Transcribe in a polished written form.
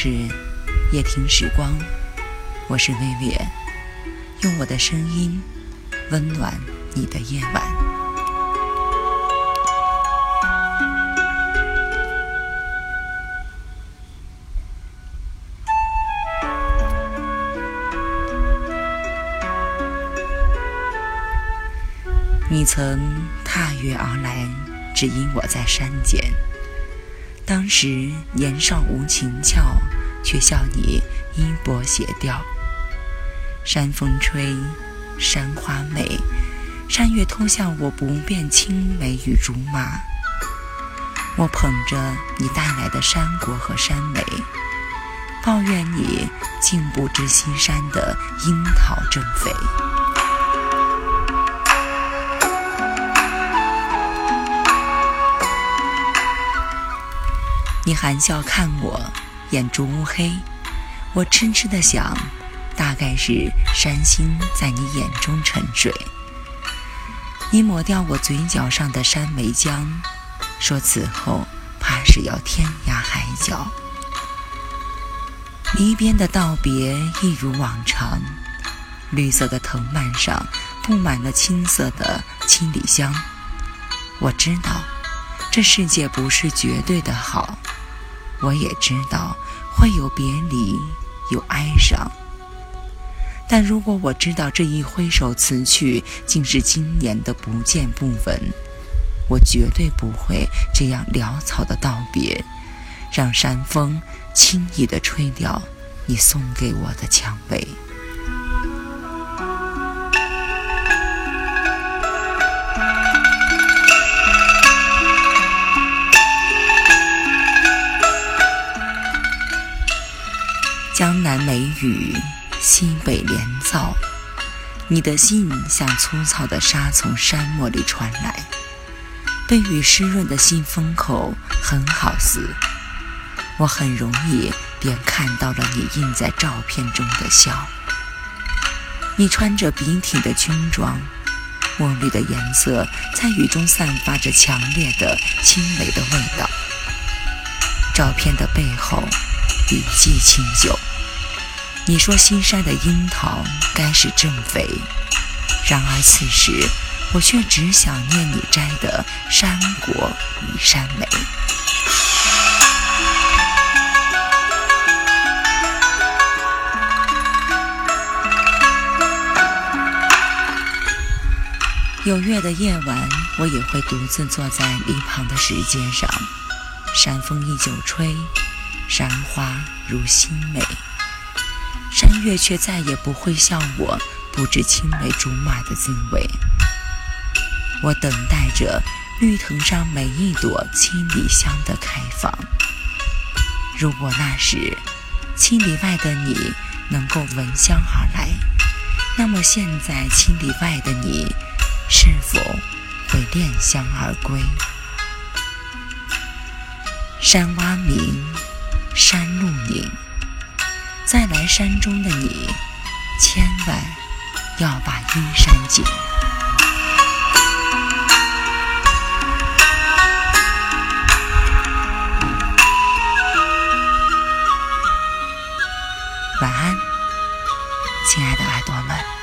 是夜听时光，我是薇薇，用我的声音温暖你的夜晚。你曾踏月而来，只因我在山间。当时年少无情俏，却笑你衣钵斜吊。山风吹，山花美，山月偷向我不变青梅与竹马。我捧着你带来的山果和山梅，抱怨你竟不知西山的樱桃正肥。你含笑看我，眼珠乌黑，我痴痴地想，大概是山星在你眼中沉睡。你抹掉我嘴角上的山梅浆，说此后怕是要天涯海角。离别的道别一如往常，绿色的藤蔓上布满了青色的七里香。我知道这世界不是绝对的好，我也知道会有别离，有哀伤。但如果我知道这一挥手辞去竟是今年的不见不闻，我绝对不会这样潦草的道别，让山风轻易地吹掉你送给我的蔷薇。江南梅雨，西北连燥，你的信像粗糙的沙从山漠里传来，被雨湿润的信封口很好撕，我很容易便看到了你印在照片中的笑。你穿着笔挺的军装，墨绿的颜色在雨中散发着强烈的青梅的味道。照片的背后笔迹清秀，你说西山的樱桃该是正肥，然而此时我却只想念你摘的山果与山梅。有月的夜晚，我也会独自坐在篱旁的石阶上，山风依旧吹，山花如新梅，山月却再也不会笑我不知青梅竹马的滋味。我等待着绿藤上每一朵七里香的开放。如果那时7里外的你能够闻香而来，那么现在7里外的你是否会恋香而归？山蛙鸣，山路宁，再来山中的你，千万要把衣衫紧。晚安，亲爱的耳朵们。